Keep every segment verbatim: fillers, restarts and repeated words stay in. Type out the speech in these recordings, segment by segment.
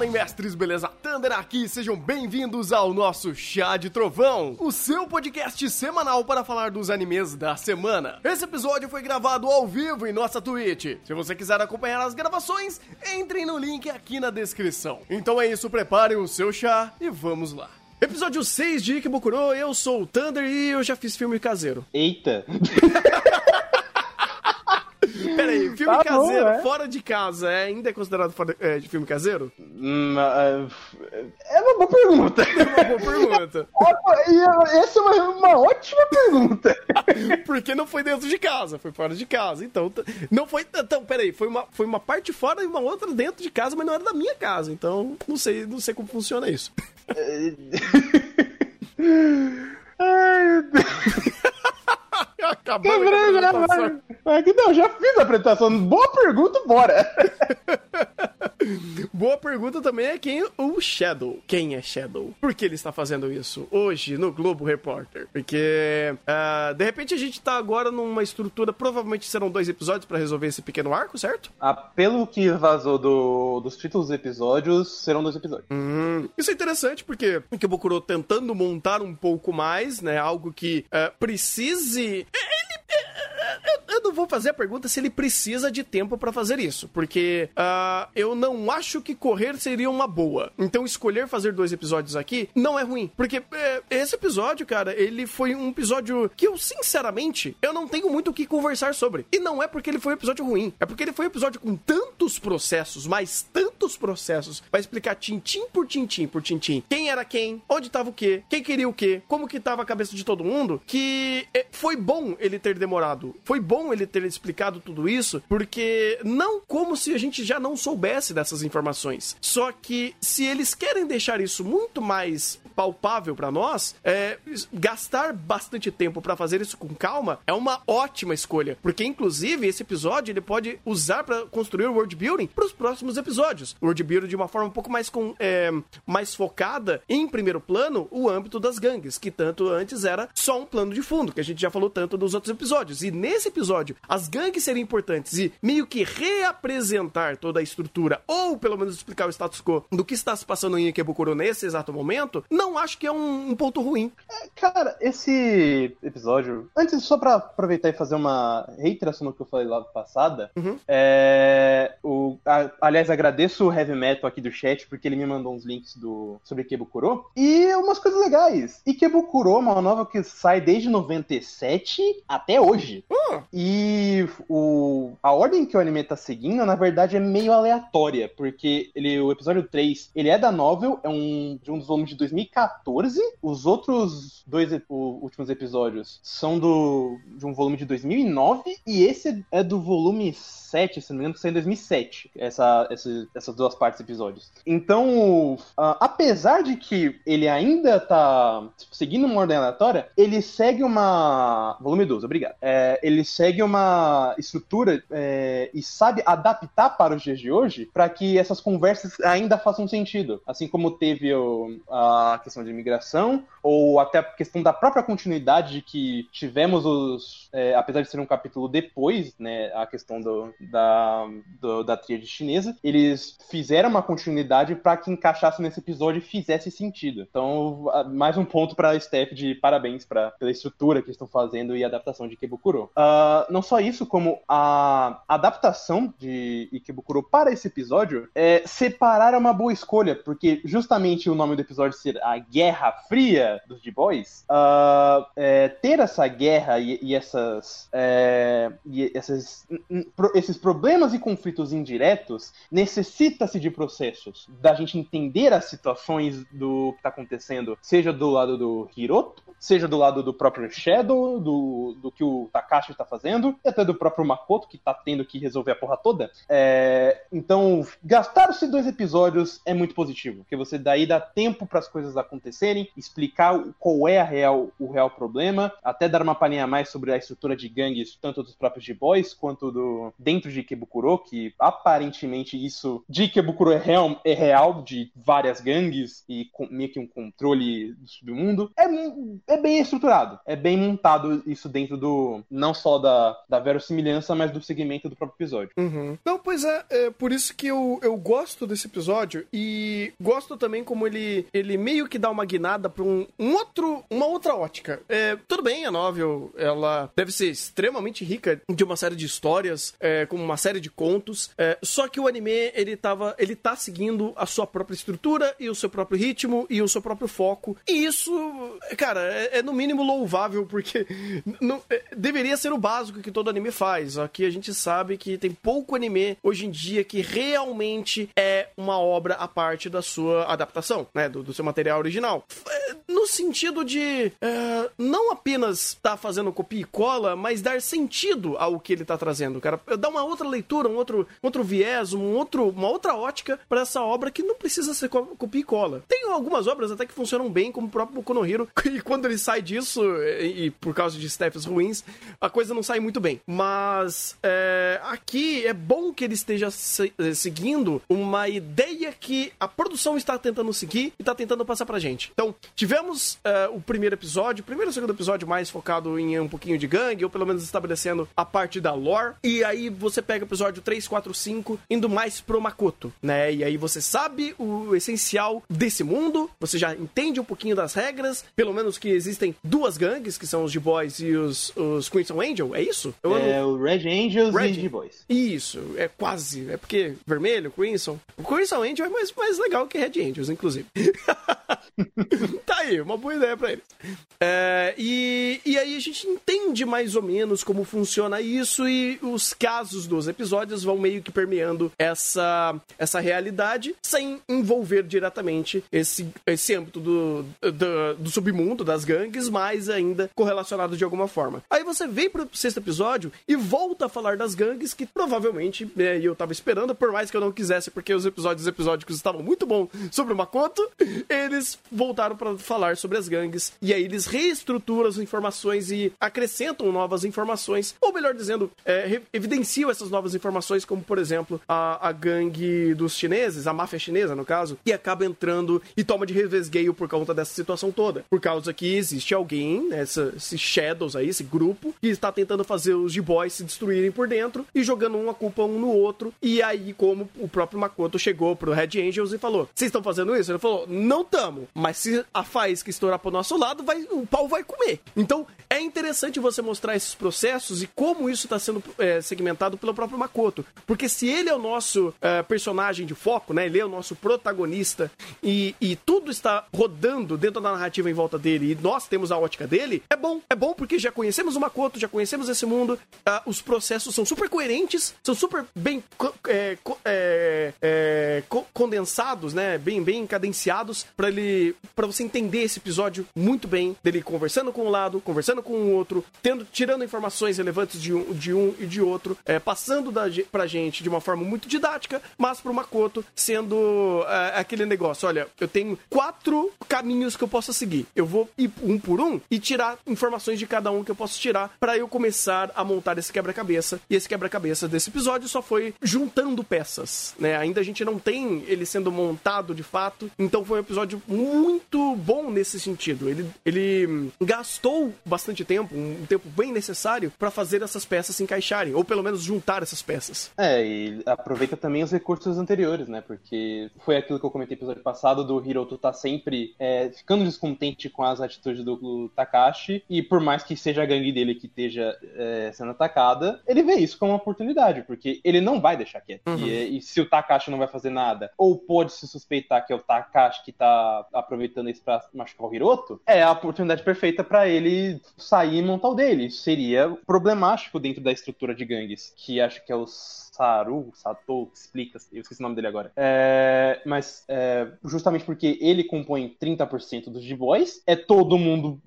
Fala, mestres, beleza? Thunder aqui, sejam bem-vindos ao nosso Chá de Trovão, o seu podcast semanal para falar dos animes da semana. Esse episódio foi gravado ao vivo em nossa Twitch. Se você quiser acompanhar as gravações, entrem no link aqui na descrição. Então é isso, preparem o seu chá e vamos lá. Episódio seis de Ikebukuro, eu sou o Thunder e eu já fiz filme caseiro. Eita! Peraí, filme tá caseiro bom, é? Fora de casa é ainda é considerado fora, é, de filme caseiro? Hum, uh, é uma boa pergunta. É uma boa pergunta. Essa é uma, uma ótima pergunta. Porque não foi dentro de casa, foi fora de casa. Então, t- não foi. Então, peraí, foi uma, foi uma parte fora e uma outra dentro de casa, mas não era da minha casa. Então, não sei, não sei como funciona isso. Ai, meu Deus. Acabou a apresentação. Não, já fiz a apresentação. Boa pergunta, bora. Boa pergunta também é quem o Shadow. Quem é Shadow? Por que ele está fazendo isso hoje no Globo Repórter? Porque, uh, de repente, a gente tá agora numa estrutura, provavelmente serão dois episódios pra resolver esse pequeno arco, certo? Ah, pelo que vazou do, dos títulos dos episódios, serão dois episódios. Hum, isso é interessante porque o Ikebukuro tentando montar um pouco mais, né? Algo que uh, precise... Eu não vou fazer a pergunta se ele precisa de tempo pra fazer isso, porque uh, eu não acho que correr seria uma boa. Então escolher fazer dois episódios aqui não é ruim, porque é, esse episódio, cara, ele foi um episódio que eu, sinceramente, eu não tenho muito o que conversar sobre. E não é porque ele foi um episódio ruim, é porque ele foi um episódio com tantos processos, mas tantos processos, pra explicar tintim por tintim por tintim, quem era quem, onde tava o quê, quem queria o quê, como que tava a cabeça de todo mundo, que é, foi bom ele ter demorado. Foi bom ele ter explicado tudo isso, porque não como se a gente já não soubesse dessas informações. Só que se eles querem deixar isso muito mais palpável pra nós, é, gastar bastante tempo pra fazer isso com calma é uma ótima escolha, porque inclusive esse episódio ele pode usar pra construir o world building pros próximos episódios. O world building de uma forma um pouco mais, com, é, mais focada em primeiro plano o âmbito das gangues, que tanto antes era só um plano de fundo, que a gente já falou tanto nos outros episódios. E nesse episódio, as gangues seriam importantes e meio que reapresentar toda a estrutura, ou pelo menos explicar o status quo do que está se passando em Ikebukuro nesse exato momento, não acho que é um, um ponto ruim. É, cara, esse episódio... Antes, só pra aproveitar e fazer uma reiteração no que eu falei lá passada, uhum. é, o, a, aliás, agradeço o Heavy Metal aqui do chat, porque ele me mandou uns links do, sobre Ikebukuro, e umas coisas legais. Ikebukuro é uma nova que sai desde noventa e sete até hoje. Uh. E o, a ordem que o anime tá seguindo, na verdade, é meio aleatória, porque ele, o episódio três, ele é da novel, é um, de um dos volumes de dois mil e quatorze, os outros dois o, últimos episódios são do, de um volume de dois mil e nove, e esse é do volume sete, se não me engano, que saiu em dois mil e sete, essa, essa, essas duas partes dos episódios. Então, uh, apesar de que ele ainda tá seguindo uma ordem aleatória, ele segue uma... Volume doze, obrigado. É, ele segue uma estrutura é, e sabe adaptar para os dias de hoje para que essas conversas ainda façam sentido. Assim como teve o, a questão de imigração, ou até a questão da própria continuidade de que tivemos os... É, apesar de ser um capítulo depois, né, a questão do, da, do, da tríade chinesa, eles fizeram uma continuidade para que encaixasse nesse episódio e fizesse sentido. Então, mais um ponto para a Steph de parabéns pra, pela estrutura que estão fazendo e a adaptação de Ikebukuro. Uh, não só isso, como a adaptação de Ikebukuro para esse episódio, é, separar é uma boa escolha, porque justamente o nome do episódio ser a Guerra Fria dos D-Boys, uh, é, ter essa guerra e, e essas, é, e essas esses problemas e conflitos indiretos necessita-se de processos, da gente entender as situações do que está acontecendo, seja do lado do Hiroto, seja do lado do próprio Shadow, do, do que o Takashi está fazendo, e até do próprio Makoto, que está tendo que resolver a porra toda. É, então, gastar esses dois episódios é muito positivo, porque você daí dá tempo para as coisas acontecerem, explicar qual é a real, o real problema, até dar uma palhinha a mais sobre a estrutura de gangues, tanto dos próprios G-Boys, quanto do dentro de Ikebukuro, que aparentemente isso de Ikebukuro é real, é real de várias gangues e com, meio que um controle do submundo. É, é bem estruturado, é bem montado isso dentro do, não só da, da verossimilhança, mas do segmento do próprio episódio. Uhum. Não, pois é, é por isso que eu, eu gosto desse episódio e gosto também como ele, ele meio que dá uma guinada pra um, um outro, uma outra ótica. É, tudo bem, a novel, ela deve ser extremamente rica de uma série de histórias, é, como uma série de contos, é, só que o anime, ele tava, ele tá seguindo a sua própria estrutura e o seu próprio ritmo e o seu próprio foco, e isso, cara, é, é no mínimo louvável, porque não, é, deveria ser o básico que todo anime faz. Aqui a gente sabe que tem pouco anime hoje em dia que realmente é uma obra à parte da sua adaptação, né, do, do seu material original. No sentido de é, não apenas tá fazendo copia e cola, mas dar sentido ao que ele tá trazendo, cara. Dar uma outra leitura, um outro, outro viés, um outro, uma outra ótica pra essa obra que não precisa ser copia e cola. Tem algumas obras até que funcionam bem, como o próprio Boku no Hero, e quando ele sai disso, e, e por causa de staffs ruins, a coisa não sai muito bem. Mas é, aqui é bom que ele esteja se, seguindo uma ideia que a produção está tentando seguir e está tentando passar pra gente. Então, tivemos é, o primeiro episódio, o primeiro e o segundo episódio mais focado em um pouquinho de gangue, ou pelo menos estabelecendo a parte da lore, e aí você pega o episódio três, quatro, cinco, indo mais pro Makoto, né? E aí você sabe o essencial desse mundo, você já entende um pouquinho das regras, pelo menos que existem duas gangues, que são os G-Boys e os, os Crimson Angel, é isso? Eu é, amo... o Red Angels Red... e os G-Boys. Isso, é quase, é porque vermelho, Crimson. O Crimson Angel é mais, mais legal que Red Angels, inclusive. Tá aí, uma boa ideia pra eles. É, e, e aí a gente entende mais ou menos como funciona isso, e os casos dos episódios vão meio que permeando essa, essa realidade, sem envolver diretamente esse, esse âmbito do, do, do submundo, das gangues, mas ainda correlacionado de alguma forma. Aí você vem pro sexto episódio e volta a falar das gangues, que provavelmente é, eu tava esperando, por mais que eu não quisesse, porque os episódios episódicos estavam muito bons sobre o Makoto, eles voltaram para falar sobre as gangues, e aí eles reestruturam as informações e acrescentam novas informações, ou melhor dizendo, é, evidenciam essas novas informações, como por exemplo, a, a gangue dos chineses, a máfia chinesa no caso, que acaba entrando e toma de revesgueio por conta dessa situação toda, por causa que existe alguém, né, essa, esses Shadows aí, esse grupo, que está tentando fazer os G-Boys se destruírem por dentro e jogando uma culpa um no outro, e aí como o próprio Makoto chegou pro Red Angels e falou, vocês estão fazendo isso? Ele falou, não tamo, mas se a faísca estourar pro nosso lado, vai, o pau vai comer. Então, é interessante você mostrar esses processos e como isso está sendo é, segmentado pelo próprio Makoto, porque se ele é o nosso é, personagem de foco, né, ele é o nosso protagonista, e, e tudo está rodando dentro da narrativa em volta dele, e nós temos a ótica dele, é bom, é bom porque já conhecemos o Makoto, já conhecemos esse mundo, uh, os processos são super coerentes, são super bem é, é, é, condensados, né, bem, bem cadenciados, para ele, para você entender esse episódio muito bem, dele conversando com um lado, conversando com o outro, tendo, tirando informações relevantes de um, de um e de outro, é, passando da, pra gente de uma forma muito didática, mas pro Makoto sendo é, aquele negócio, olha, eu tenho quatro caminhos que eu posso seguir, eu vou ir um por um e tirar informações de cada um que eu posso tirar para eu começar a montar esse quebra-cabeça, e esse quebra-cabeça desse episódio só foi juntando peças, né, ainda a gente não tem ele sendo montado de fato, então foi um episódio muito bom nesse sentido, ele, ele gastou bastante tempo, um tempo bem necessário para fazer essas peças se encaixarem, ou pelo menos juntar essas peças. É, e aproveita também os recursos anteriores, né, porque foi aquilo que eu comentei no episódio passado, do Hiroto tá sempre é, ficando descontente com as atitudes do, do Takashi, e por mais que seja a gangue dele que esteja é, sendo atacada, ele vê isso como uma oportunidade, porque ele não vai deixar quieto. Uhum. E, e se o Takashi não vai fazer nada, ou pode se suspeitar que é o Takashi que tá aproveitando isso pra machucar o Hiroto, é a oportunidade perfeita pra ele sair e montar o dele. Isso seria problemático dentro da estrutura de gangues, que acho que é os Saru, Sato, que explica, eu esqueci o nome dele agora. É, mas é, justamente porque ele compõe trinta por cento dos D-Boys, é todo mundo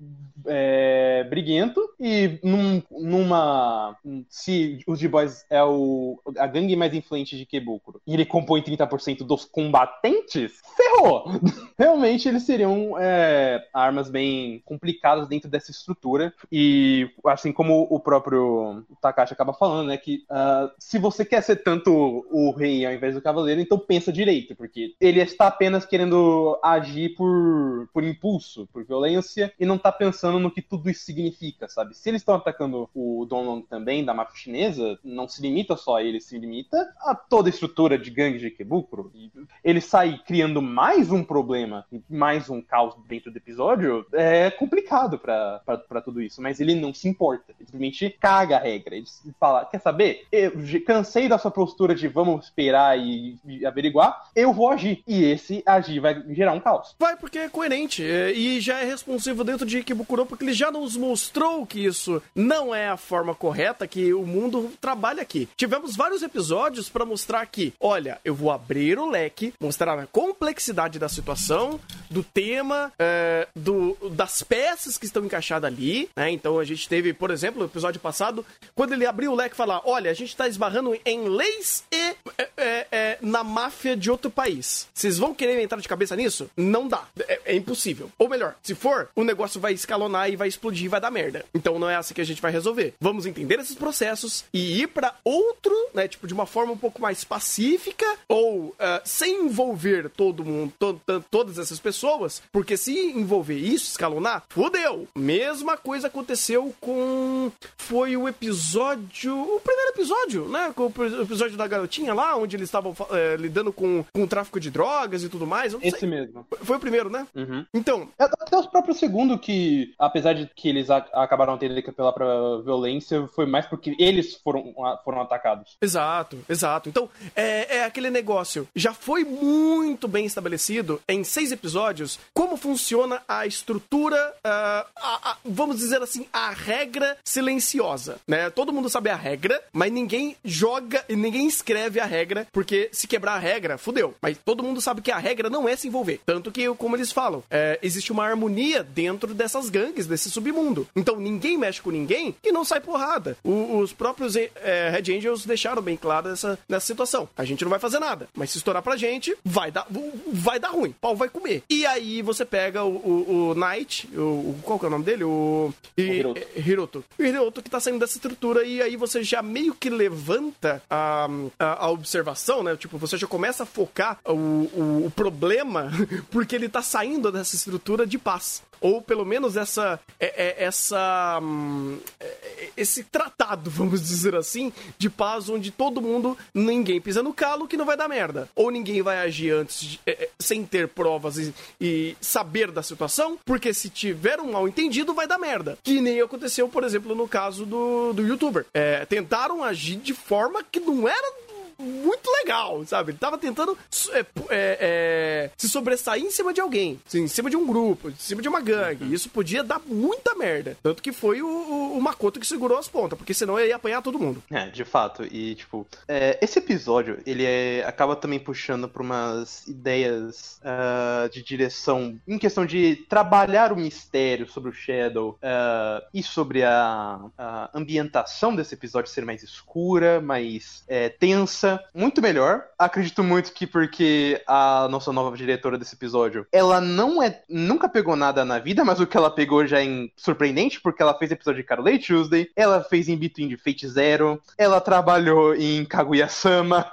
é, briguento, e num, numa... Se os D-Boys é o, a gangue mais influente de Quebukuro, e ele compõe trinta por cento dos combatentes, ferrou! Realmente eles seriam é, armas bem complicadas dentro dessa estrutura, e assim como o próprio Takashi acaba falando, né, que uh, se você quer ser tanto o rei ao invés do cavaleiro, então pensa direito, porque ele está apenas querendo agir por, por impulso, por violência, e não está pensando no que tudo isso significa, sabe? Se eles estão atacando o Donlong também, da máfia chinesa, não se limita só a ele, se limita a toda a estrutura de gangue de Ikebukuro. E ele sair criando mais um problema, mais um caos dentro do episódio, é complicado pra, pra, pra tudo isso, mas ele não se importa, ele simplesmente caga a regra, ele fala, quer saber? Eu cansei da sua postura de vamos esperar e, e averiguar, eu vou agir, e esse agir vai gerar um caos. Vai, porque é coerente, e já é responsivo dentro de Ikebukuro, porque ele já nos mostrou que isso não é a forma correta que o mundo trabalha aqui. Tivemos vários episódios pra mostrar que, olha, eu vou abrir o leque, mostrar a complexidade da situação, do tema, é, do, das peças que estão encaixadas ali, né? Então a gente teve, por exemplo, no episódio passado, quando ele abriu o leque e falar, olha, a gente tá esbarrando em leis e é, é, é, na máfia de outro país. Vocês vão querer entrar de cabeça nisso? Não dá. É, é impossível. Ou melhor, se for, o negócio vai escalonar e vai explodir e vai dar merda. Então não é assim que a gente vai resolver. Vamos entender esses processos e ir pra outro, né, tipo, de uma forma um pouco mais pacífica ou uh, sem envolver todo mundo, to- to- todas essas pessoas, porque se envolver isso, escalonar, fodeu. Mesma coisa aconteceu com... Foi o episódio... O primeiro episódio, né? Com o episódio da garotinha lá, onde eles estavam é, lidando com, com o tráfico de drogas e tudo mais. Eu não Esse sei. mesmo. Foi o primeiro, né? Uhum. Então... Até os próprios segundo que, apesar de que eles a- acabaram tendo que apelar pra violência, foi mais porque eles foram, foram atacados. Exato, exato. Então, é, é aquele negócio. Já foi muito bem estabelecido em seis episódios como funciona a estrutura, uh, a, a, vamos dizer assim, a regra silenciosa, né? Todo mundo sabe a regra, mas ninguém joga e ninguém escreve a regra, porque se quebrar a regra, fudeu. Mas todo mundo sabe que a regra não é se envolver. Tanto que, como eles falam, é, existe uma harmonia dentro dessas gangues, desse submundo. Então, ninguém mexe com ninguém e não sai porrada. O, os próprios é, Red Angels deixaram bem claro essa, nessa situação. A gente não vai fazer nada, mas se estourar pra gente, vai dar, vai dar ruim. Pau vai comer. E aí você pega o, o, o Knight, o, o, qual que é o nome dele? O, o Hiroto. É, Hiroto. O Hiroto que tá saindo dessa estrutura e aí você já meio que levanta a, a, a observação, né? Tipo, você já começa a focar o, o, o problema porque ele tá saindo dessa estrutura de paz. Ou pelo menos essa, é, é, essa hum, é, esse tratado, vamos dizer assim, de paz onde todo mundo, ninguém pisa no calo que não vai dar merda. Ou ninguém vai agir antes, de, é, sem ter provas e, e saber da situação, porque se tiver um mal entendido vai dar merda. Que nem aconteceu, por exemplo, no caso do, do youtuber. É, tentaram agir de forma que não era muito legal, sabe? Ele tava tentando é, é, é, se sobressair em cima de alguém, assim, em cima de um grupo, em cima de uma gangue. Uhum. Isso podia dar muita merda. Tanto que foi o, o, o Makoto que segurou as pontas, porque senão ele ia apanhar todo mundo. É, de fato. E, tipo, é, esse episódio, ele é, acaba também puxando pra umas ideias uh, de direção em questão de trabalhar o mistério sobre o Shadow uh, e sobre a, a ambientação desse episódio ser mais escura, mais é, tensa, muito melhor. Acredito muito que porque a nossa nova diretora desse episódio, ela não é, nunca pegou nada na vida, mas o que ela pegou já é surpreendente, porque ela fez episódio de Carole Tuesday, ela fez em Between de Fate Zero, ela trabalhou em Kaguya-sama.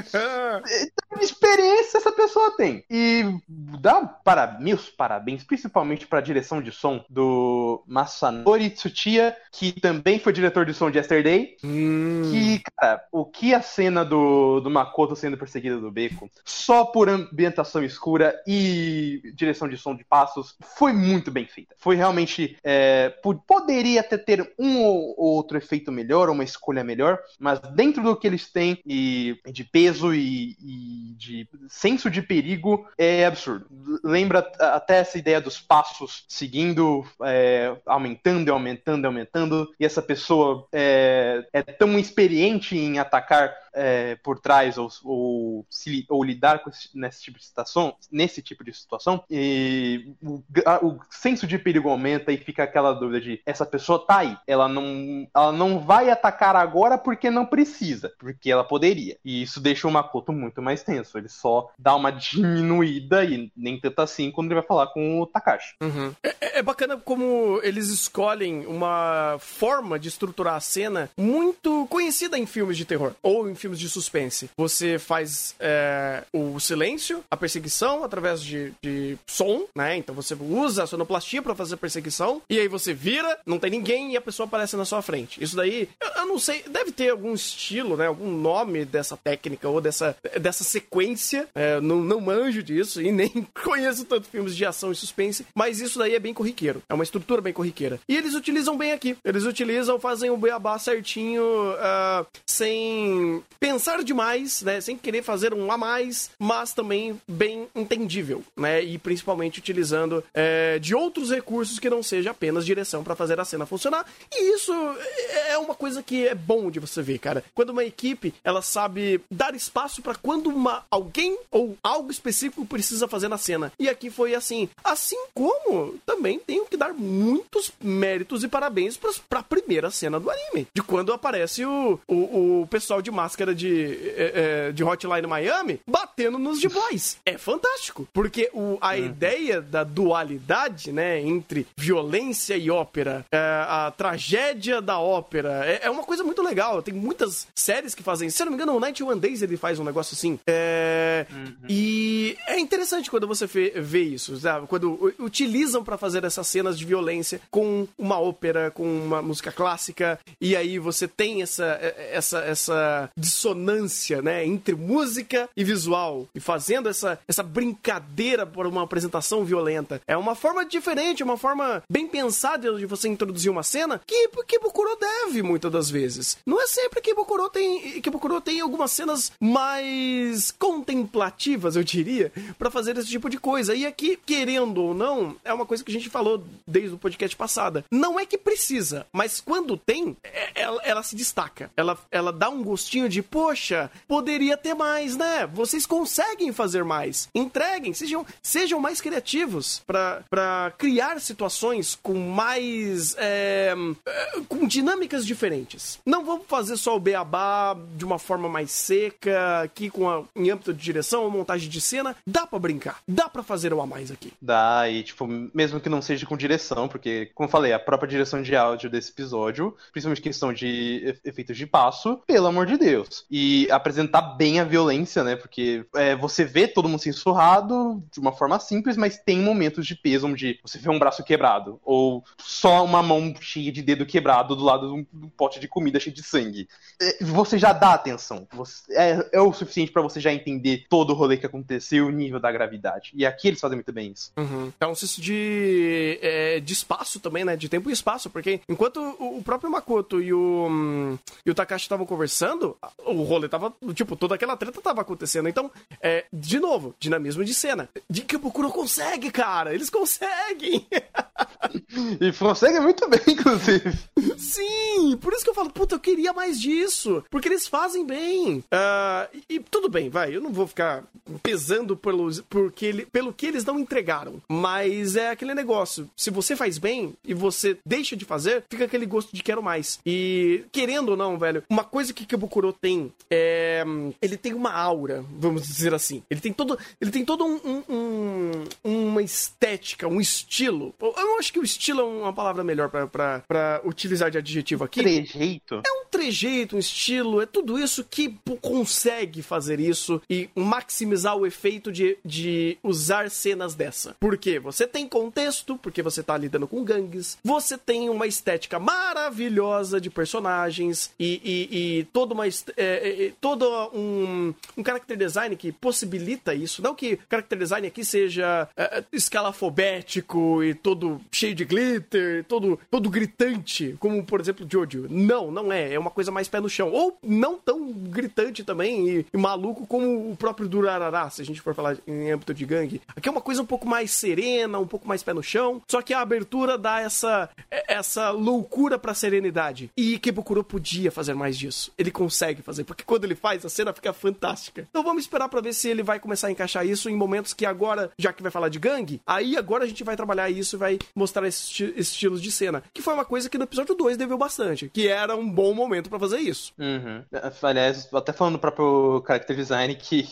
Então, experiência essa pessoa tem. E dá para, meus parabéns, principalmente para a direção de som do Masanori Tsuchiya, que também foi diretor de som de Yesterday. Hum. Que, cara, o que a cena do Do, do Makoto sendo perseguido do beco, só por ambientação escura e direção de som de passos, foi muito bem feita. Foi realmente... É, poderia até ter um ou outro efeito melhor, uma escolha melhor, mas dentro do que eles têm, e de peso e, e de senso de perigo, é absurdo. Lembra até essa ideia dos passos seguindo, é, aumentando e aumentando e aumentando, e essa pessoa é, é tão experiente em atacar é, por trás ou, ou, se, ou lidar com esse, nesse, tipo de situação, nesse tipo de situação, e o, a, o senso de perigo aumenta e fica aquela dúvida de essa pessoa tá aí, ela não, ela não vai atacar agora porque não precisa, porque ela poderia. E isso deixa o Makoto muito mais tenso. Ele só dá uma diminuída e nem tanto assim quando ele vai falar com o Takashi. Uhum. É, é bacana como eles escolhem uma forma de estruturar a cena muito conhecida em filmes de terror ou em filmes de suspense. Você faz é, o silêncio, a perseguição através de, de som, né? Então você usa a sonoplastia pra fazer a perseguição e aí você vira, não tem ninguém e a pessoa aparece na sua frente. Isso daí, eu, eu não sei, deve ter algum estilo, né? Algum nome dessa técnica ou dessa, dessa sequência. É, não, não manjo disso e nem conheço tanto filmes de ação e suspense, mas isso daí é bem corriqueiro. É uma estrutura bem corriqueira. E eles utilizam bem aqui. Eles utilizam, fazem o beabá certinho, uh, sem pensar demais, né? Sem querer fazer um a mais, mas também bem entendível, né? E principalmente utilizando é, de outros recursos que não seja apenas direção pra fazer a cena funcionar. E isso é uma coisa que é bom de você ver, cara. Quando uma equipe, ela sabe dar espaço pra quando uma, alguém ou algo específico precisa fazer na cena. E aqui foi assim. Assim como também tenho que dar muitos méritos e parabéns pra, pra primeira cena do anime. De quando aparece o, o, o pessoal de máscara de, é, de Hotline Miami batendo nos de boys. É fantástico. Porque o, a uhum. ideia da dualidade, né, entre violência e ópera, é, a tragédia da ópera, é, é uma coisa muito legal. Tem muitas séries que fazem. Se eu não me engano, o noventa e um Days ele faz um negócio assim. É, uhum. E é interessante quando você vê, vê isso, sabe? Quando utilizam pra fazer essas cenas de violência com uma ópera, com uma música clássica, e aí você tem essa, essa, essa dissonância, né, entre música e visual, e fazendo essa, essa brincadeira por uma apresentação violenta. É uma forma diferente, uma forma bem pensada de você introduzir uma cena que Kibokuro deve, muitas das vezes. Não é sempre que Kibokuro tem, Kibokuro tem algumas cenas mais contemplativas, eu diria, pra fazer esse tipo de coisa. E aqui, querendo ou não, é uma coisa que a gente falou desde o podcast passado. Não é que precisa, mas quando tem, ela, ela se destaca. Ela, ela dá um gostinho de, poxa, poderia ter mais, né? Vocês conseguem fazer mais. Entreguem, sejam, sejam mais criativos pra, pra criar situações com mais... É, com dinâmicas diferentes. Não vamos fazer só o beabá de uma forma mais seca, aqui com a, em âmbito de direção ou montagem de cena. Dá pra brincar. Dá pra fazer o a mais aqui. Dá, e tipo, mesmo que não seja com direção, porque, como eu falei, a própria direção de áudio desse episódio, principalmente questão de efeitos de passo, pelo amor de Deus. E apresentar bem a violência, né? Porque é, você vê todo mundo se ensurrado de uma forma simples, mas tem momentos de peso onde você vê um braço quebrado, ou só uma mão cheia de dedo quebrado do lado de um, de um pote de comida cheio de sangue. É, você já dá atenção. Você, é, é o suficiente pra você já entender todo o rolê que aconteceu e o nível da gravidade. E aqui eles fazem muito bem isso. Uhum. É um senso de, é, de espaço também, né? De tempo e espaço, porque enquanto o, o próprio Makoto e o, um, e o Takashi estavam conversando, o rolê tava, tipo, toda aquela treta tava acontecendo. Então, é, de novo, dinamismo de cena. De que o Kibokuro consegue, cara! Eles conseguem! E conseguem muito bem, inclusive. Sim! Por isso que eu falo, puta, eu queria mais disso. Porque eles fazem bem. Uh, e, e tudo bem, vai, eu não vou ficar pesando pelos, porque ele, pelo que eles não entregaram. Mas é aquele negócio. Se você faz bem e você deixa de fazer, fica aquele gosto de quero mais. E, querendo ou não, velho, uma coisa que Kibokuro tem é... ele tem uma aura, vamos dizer assim. Ele tem todo, ele tem todo um, um, um, uma estética, um estilo. Eu acho que o estilo é uma palavra melhor pra, pra, pra utilizar de adjetivo aqui. Trejeito? É um trejeito, um estilo, é tudo isso que consegue fazer isso e maximizar o efeito de, de usar cenas dessa. Por quê? Você tem contexto, porque você tá lidando com gangues, você tem uma estética maravilhosa de personagens e, e, e toda uma, é, é, todo um, um character design que possibilita isso. Não que o character design aqui seja é, escalafobético e todo cheio de glitter, todo, todo gritante, como, por exemplo, Jojo. Não, não é. É uma coisa mais pé no chão. Ou não tão gritante também e, e maluco como o próprio Durarara, se a gente for falar em âmbito de gangue. Aqui é uma coisa um pouco mais serena, um pouco mais pé no chão, só que a abertura dá essa, essa loucura pra serenidade. E Ikebukuro podia fazer mais disso. Ele consegue fazer, porque quando ele faz, a cena fica fantástica. Então vamos esperar pra ver se ele vai começar a encaixar isso em momentos que agora, já que vai falar de gangue, aí agora a gente vai trabalhar isso e vai mostrar esses esti- estilos de cena. Que foi uma coisa que no episódio dois deveu bastante, que era um bom momento pra fazer isso. Uhum. Aliás, até falando do próprio character design, que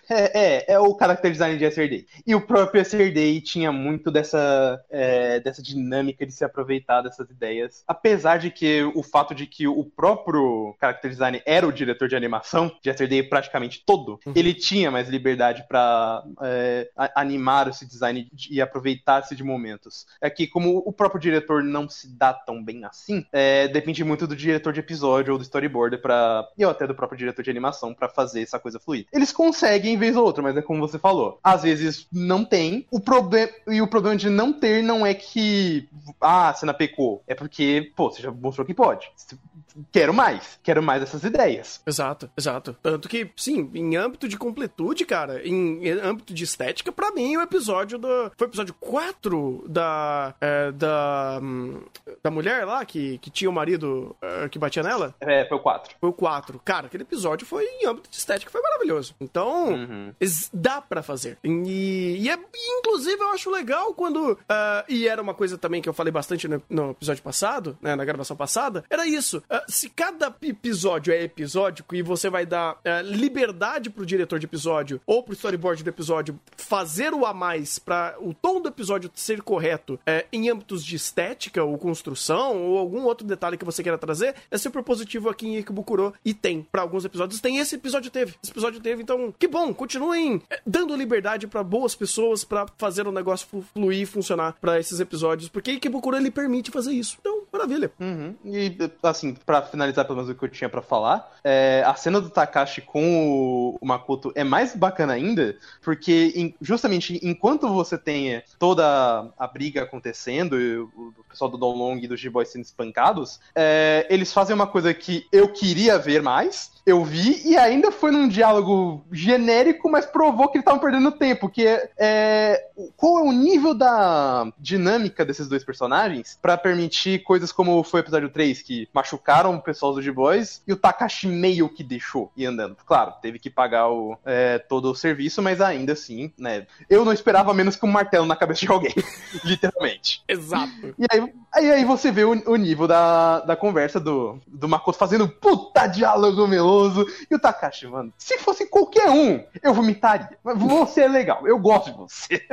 é, é, é o character design de Yesterday. E o próprio Yesterday tinha muito dessa, é, dessa dinâmica de se aproveitar dessas ideias. Apesar de que o fato de que o próprio character design era o diretor de animação de Yesterday praticamente todo, uhum. ele tinha mais liberdade pra é, animar esse design e aproveitar-se de momentos. É que como o próprio diretor não se dá tão bem assim, é, depende muito do diretor de episódio ou do storyboarder pra, e até do próprio diretor de animação pra fazer essa coisa fluir. Eles conseguem vez ou outra, mas é como você falou. Às vezes não tem. O problema, e o problema de não ter não é que ah, a cena pecou. É porque, pô, você já mostrou que pode. Quero mais. Quero mais dessas ideias. Exato, exato. Tanto que, sim, em âmbito de completude, cara, em âmbito de estética, pra mim o episódio do... Foi o episódio quatro da... É, da... Da mulher lá, que, que tinha o marido é, que batia nela? É, foi o quatro. Foi o quatro. Cara, aquele episódio foi em âmbito de estética, foi maravilhoso. Então, uhum. dá pra fazer. E, e é, inclusive, eu acho legal quando... Uh, e era uma coisa também que eu falei bastante no, no episódio passado, né, na gravação passada, era isso. Uh, se cada episódio é episódico e você vai dar uh, liberdade pro diretor de episódio ou pro storyboard do episódio fazer o a mais pra o tom do episódio ser correto uh, em âmbitos de estética ou construção ou algum outro detalhe que você queira trazer, é super positivo aqui em Ikebukuro e tem. Pra alguns episódios tem. Esse episódio teve. Esse episódio teve, então, que bom. Continuem uh, dando liberdade pra boas pessoas pra fazer o negócio fluir e funcionar pra esses episódios, porque Ikebukuro ele permite fazer isso. Então, maravilha. Uhum. E, assim, pra finalizar pelo menos o que eu tinha pra falar, é, a cena do Takashi com o, o Makoto é mais bacana ainda, porque em, justamente enquanto você tem toda a briga acontecendo, e o, o pessoal do Don Long e do G-Boy sendo espancados, é, eles fazem uma coisa que eu queria ver mais, eu vi, e ainda foi num diálogo genérico, mas provou que eles estavam perdendo tempo, que é, é qual é o nível da dinâmica desses dois personagens pra permitir coisas como foi o episódio três, que machucaram o pessoal do G-Boys, e o Takashi meio que deixou ir andando. Claro, teve que pagar o, é, todo o serviço, mas ainda assim, né, eu não esperava menos que um martelo na cabeça de alguém, literalmente. Exato. E aí, aí, aí você vê o, o nível da, da conversa do, do Makoto fazendo puta diálogo meloso, e o Takashi, mano, se fosse qualquer um, eu vomitaria. Você é legal, eu gosto de você.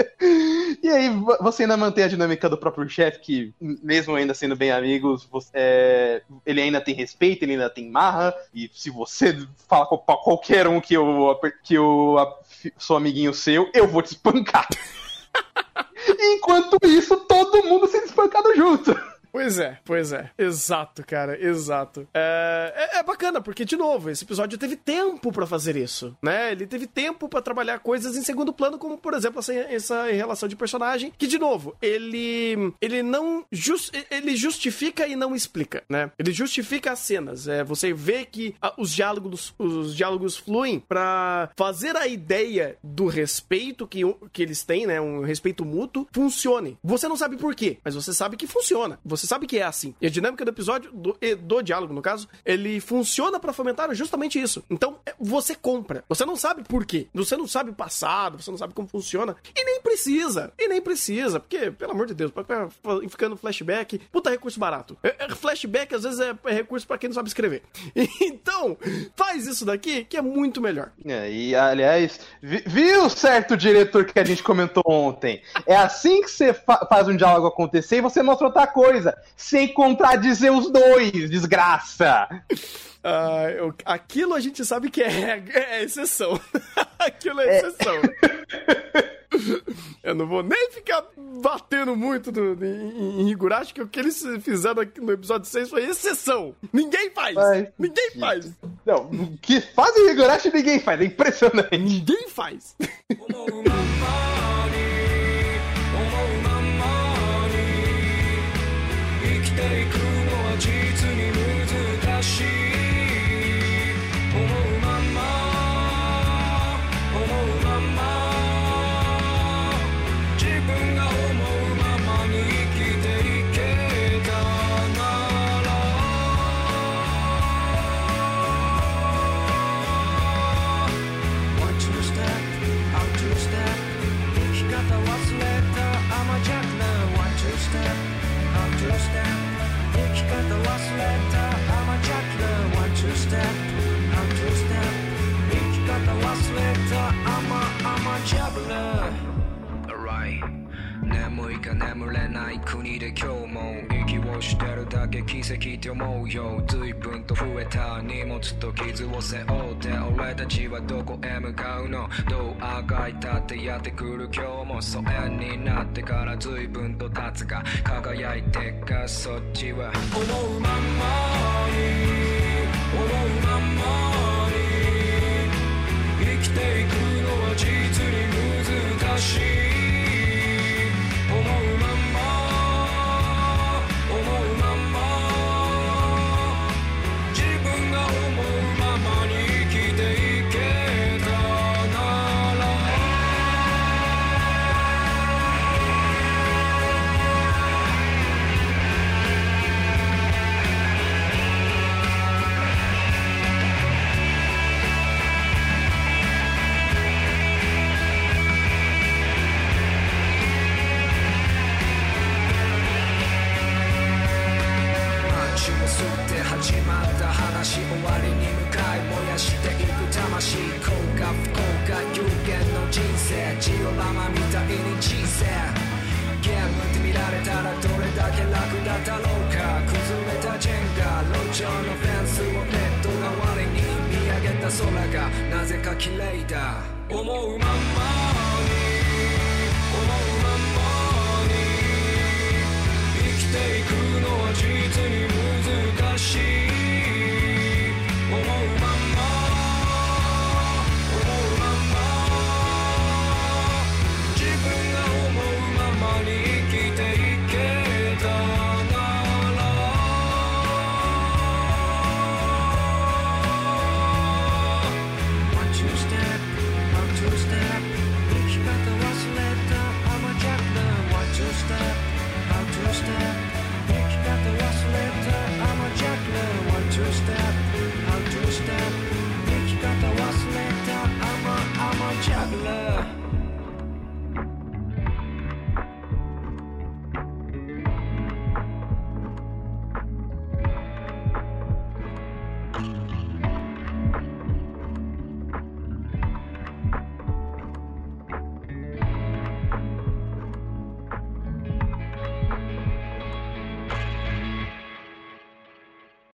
E aí você ainda mantém a dinâmica do próprio chefe, que mesmo ainda sendo bem amigos, você, é, ele ainda tem respeito, ele ainda tem marra, e se você fala pra qualquer um que eu, que eu sou amiguinho seu, eu vou te espancar. Enquanto isso, todo mundo sendo espancado junto. Pois é, pois é. Exato, cara, exato. É, é, é bacana, porque, de novo, esse episódio teve tempo pra fazer isso, né? Ele teve tempo pra trabalhar coisas em segundo plano, como, por exemplo, essa, essa relação de personagem, que, de novo, ele ele não... Just, ele justifica e não explica, né? Ele justifica as cenas. É, você vê que a, os, diálogos, os diálogos fluem pra fazer a ideia do respeito que, que eles têm, né? Um respeito mútuo, funcione. Você não sabe por quê, mas você sabe que funciona. Você Você sabe que é assim. E a dinâmica do episódio, do, do diálogo, no caso, ele funciona pra fomentar justamente isso. Então, você compra. Você não sabe por quê. Você não sabe o passado, você não sabe como funciona. E nem precisa. E nem precisa. Porque, pelo amor de Deus, pra ficar ficando flashback, puta recurso barato. Flashback, às vezes, é recurso pra quem não sabe escrever. Então, faz isso daqui, que é muito melhor. É, e, aliás, viu certo diretor que a gente comentou ontem? É assim que você fa- faz um diálogo acontecer e você mostra outra coisa. Sem contradizer os dois, desgraça! Uh, eu, aquilo a gente sabe que é, é exceção. Aquilo é exceção. É. Eu não vou nem ficar batendo muito do, em, em Higurashi, que o que eles fizeram aqui no episódio seis foi exceção. Ninguém faz. Ai, ninguém que... faz. Não, o que faz em Higurashi ninguém faz. É impressionante. Ninguém faz. 眠れない国で今日も息をしてるだけ奇跡って思うよ随分と増えた荷物と傷を背負って俺たちはどこへ向かうのどうあがいたってやってくる今日も疎遠になってから随分と経つが輝いてかそっちは思うまんまに思うまんまに生きていくのは実に難しい始まった話終わりに向かい燃やしていく魂幸か不幸か有限の人生ジオラマみたいに人生ゲームで見られたらどれだけ楽だったろうか崩れたジェンガ路上のフェンスをネット代わりに見上げた空がなぜか綺麗だ思うまんまに思うまんまに生きていくのは実に